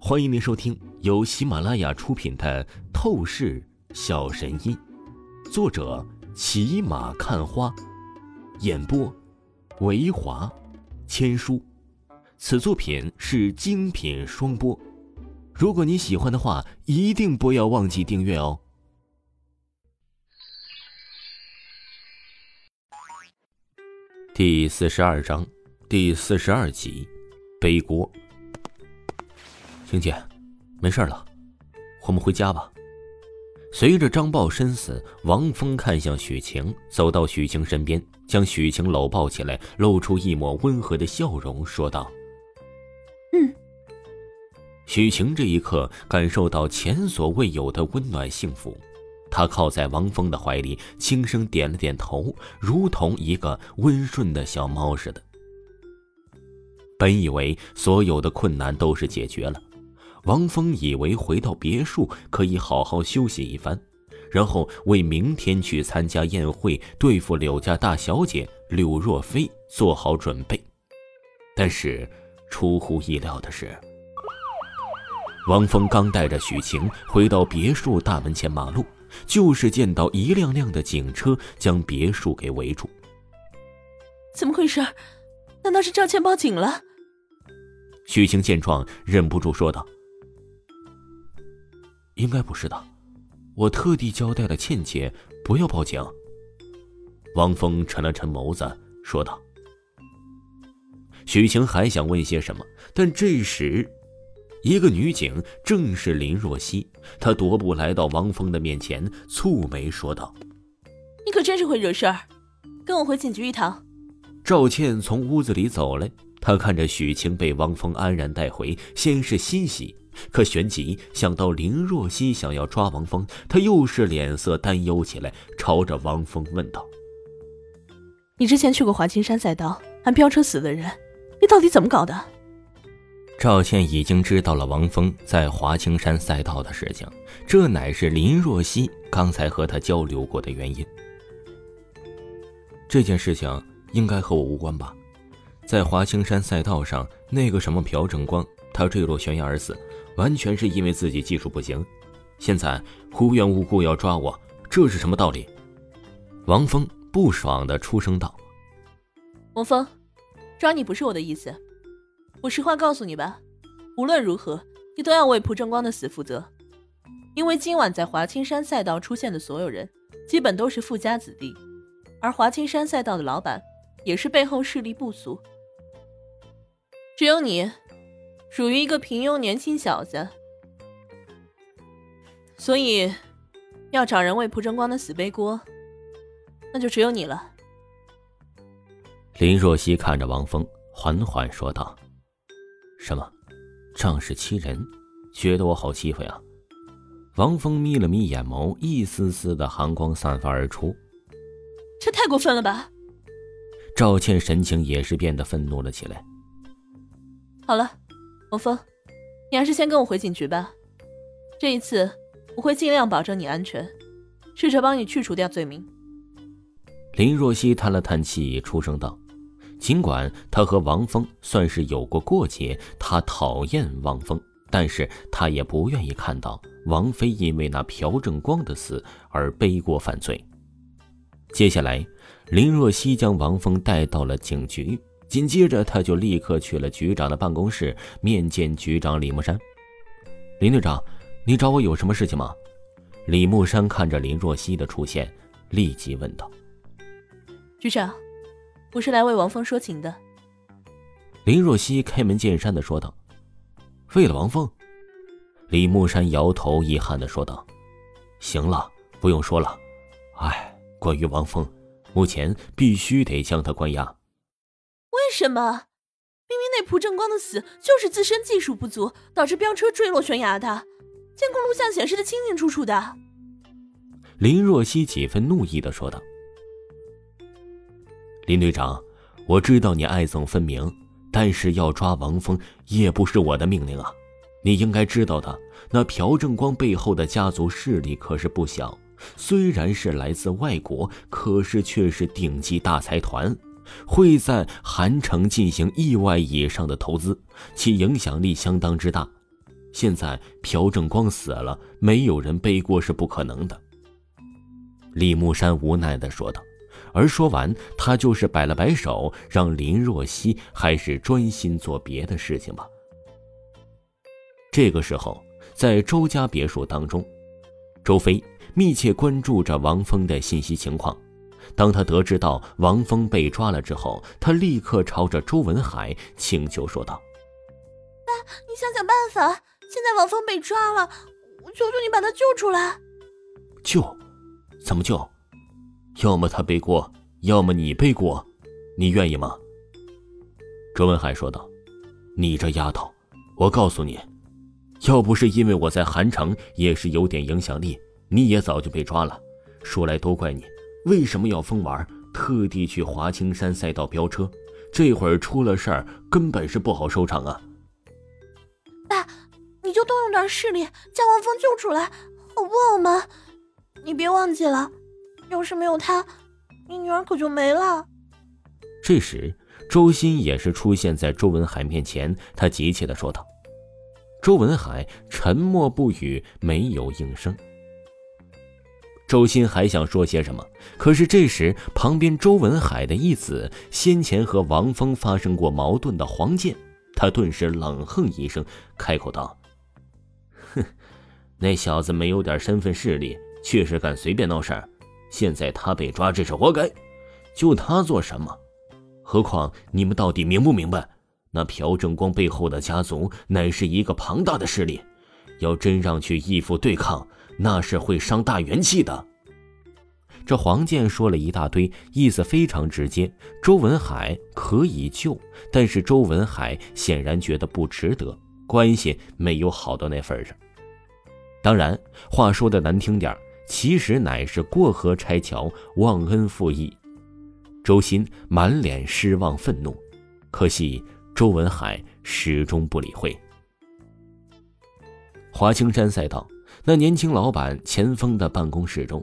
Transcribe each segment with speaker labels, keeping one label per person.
Speaker 1: 欢迎您收听由喜马拉雅出品的《透视小神医》，作者骑马看花，演播维华千书。此作品是精品双播。如果你喜欢的话，一定不要忘记订阅哦。第42章第42集，背锅。晴姐，没事了，我们回家吧。随着张豹身死，王峰看向许晴，走到许晴身边，将许晴搂抱起来，露出一抹温和的笑容，说道：许晴这一刻感受到前所未有的温暖幸福，她靠在王峰的怀里，轻声点了点头，如同一个温顺的小猫似的。本以为所有的困难都是解决了，王峰以为回到别墅可以好好休息一番，然后为明天去参加宴会对付柳家大小姐柳若飞做好准备。但是出乎意料的是，王峰刚带着许晴回到别墅大门前马路，就是见到一辆辆的警车将别墅给围住。
Speaker 2: 怎么回事？难道是赵倩报警了？
Speaker 1: 许晴见状忍不住说道：应该不是的，我特地交代了倩姐不要报警。王峰沉了沉眸子说道。许晴还想问些什么，但这时一个女警，正是林若曦，她踱步来到王峰的面前，蹙眉说道：
Speaker 2: 你可真是会惹事儿，跟我回警局一趟。
Speaker 1: 赵倩从屋子里走来，她看着许晴被王峰安然带回，先是欣喜，可旋即想到林若曦想要抓王峰，她又是脸色担忧起来，朝着王峰问道：
Speaker 2: 你之前去过华清山赛道，还飙车死的人，你到底怎么搞的？
Speaker 1: 赵倩已经知道了王峰在华清山赛道的事情，这乃是林若曦刚才和他交流过的原因。这件事情应该和我无关吧？在华清山赛道上，那个什么朴正光，他坠落悬崖而死，完全是因为自己技术不行。现在无缘无故要抓我，这是什么道理？王峰不爽地出声道：
Speaker 2: 王峰，抓你不是我的意思，我实话告诉你吧，无论如何你都要为蒲正光的死负责，因为今晚在华清山赛道出现的所有人基本都是富家子弟，而华清山赛道的老板也是背后势力不俗，只有你属于一个平庸年轻小子，所以要找人为蒲正光的死背锅，那就只有你了。
Speaker 1: 林若曦看着王峰缓缓说道：什么？仗势欺人？觉得我好欺负呀？王峰眯了眯眼眸，一丝丝的寒光散发而出。
Speaker 2: 这太过分了吧？
Speaker 1: 赵倩神情也是变得愤怒了起来。
Speaker 2: 好了，王峰，你还是先跟我回警局吧。这一次我会尽量保证你安全，试着帮你去除掉罪名。
Speaker 1: 林若曦叹了叹气，出声道：尽管他和王峰算是有过过节，他讨厌王峰，但是他也不愿意看到王妃因为那朴正光的死而背锅犯罪。接下来林若曦将王峰带到了警局，紧接着他就立刻去了局长的办公室面见局长李木山。林队长，你找我有什么事情吗？李木山看着林若曦的出现，立即问道。
Speaker 2: 局长，我是来为王峰说情的。
Speaker 1: 林若曦开门见山地说道。为了王峰？李木山摇头遗憾地说道。行了，不用说了。关于王峰，目前必须得将他关押。
Speaker 2: 为什么？明明那蒲正光的死就是自身技术不足导致飙车坠落悬崖的，监控录像显示的清清楚楚的。
Speaker 1: 林若曦几分怒意地说道。林队长，我知道你爱憎分明，但是要抓王峰也不是我的命令啊。你应该知道的，那朴正光背后的家族势力可是不小，虽然是来自外国，可是却是顶级大财团，会在韩城进行亿万以上的投资，其影响力相当之大。 现在朴正光死了，没有人背锅是不可能的。李木山无奈地说道，而说完他就是摆了摆手，让林若曦还是专心做别的事情吧。这个时候，在周家别墅当中，周飞密切关注着王峰的信息情况。当他得知到王峰被抓了之后，他立刻朝着周文海请求说道：
Speaker 2: 爸，你想想办法，现在王峰被抓了，我求求你把他救出来。
Speaker 1: 救？怎么救？要么他背锅，要么你背锅，你愿意吗？周文海说道：你这丫头，我告诉你，要不是因为我在韩城也是有点影响力，你也早就被抓了。说来都怪你，为什么要疯玩，特地去华清山赛道飙车，这会儿出了事儿，根本是不好收场啊。
Speaker 2: 爸，你就动用点势力将王峰救出来，好不好吗？你别忘记了，要是没有他，你女儿可就没了。
Speaker 1: 这时周鑫也是出现在周文海面前，他急切地说道。周文海沉默不语，没有应声。周鑫还想说些什么，可是这时旁边周文海的义子，先前和王峰发生过矛盾的黄健，他顿时冷哼一声，开口道：哼，那小子没有点身份势力，确实敢随便闹事儿，现在他被抓，这是活该，救他做什么？何况你们到底明不明白，那朴正光背后的家族乃是一个庞大的势力，要真让去义父对抗，那是会伤大元气的。这黄健说了一大堆，意思非常直接，周文海可以救，但是周文海显然觉得不值得，关系没有好到那份上。当然话说的难听点，其实乃是过河拆桥，忘恩负义。周鑫满脸失望愤怒，可惜周文海始终不理会。华清山赛道，那年轻老板钱锋的办公室中，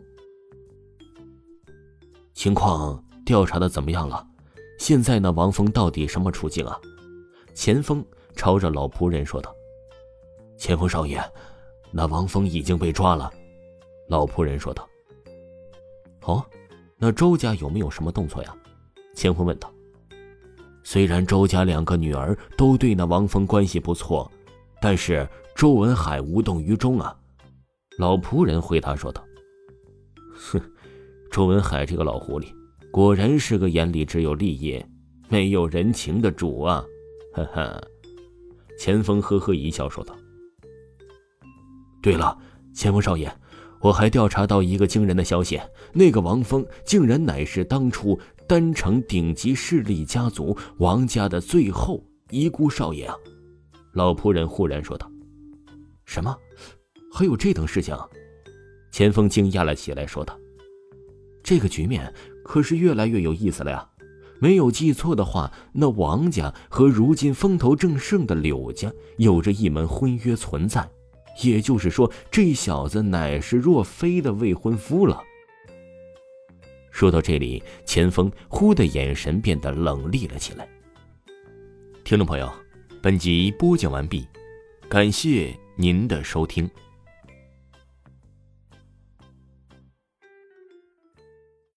Speaker 1: 情况调查的怎么样了？现在那王峰到底什么处境啊？钱锋朝着老仆人说道。钱锋少爷，那王峰已经被抓了。老仆人说道。哦，那周家有没有什么动作呀？钱锋问道。虽然周家2个女儿都对那王峰关系不错，但是周文海无动于衷啊。老仆人回答说道。哼，周文海这个老狐狸，果然是个眼里只有利益没有人情的主啊，哈哈。钱锋呵呵一笑说道。对了，钱锋少爷，我还调查到一个惊人的消息，那个王峰竟然乃是当初丹城顶级势力家族王家的最后遗孤少爷啊。老仆人忽然说道。什么？还有这等事情？钱锋惊讶了起来说道。这个局面可是越来越有意思了呀。没有记错的话，那王家和如今风头正盛的柳家有着一门婚约存在，也就是说这小子乃是若飞的未婚夫了。说到这里，钱锋忽的眼神变得冷厉了起来。听众朋友，本集播讲完毕，感谢您的收听。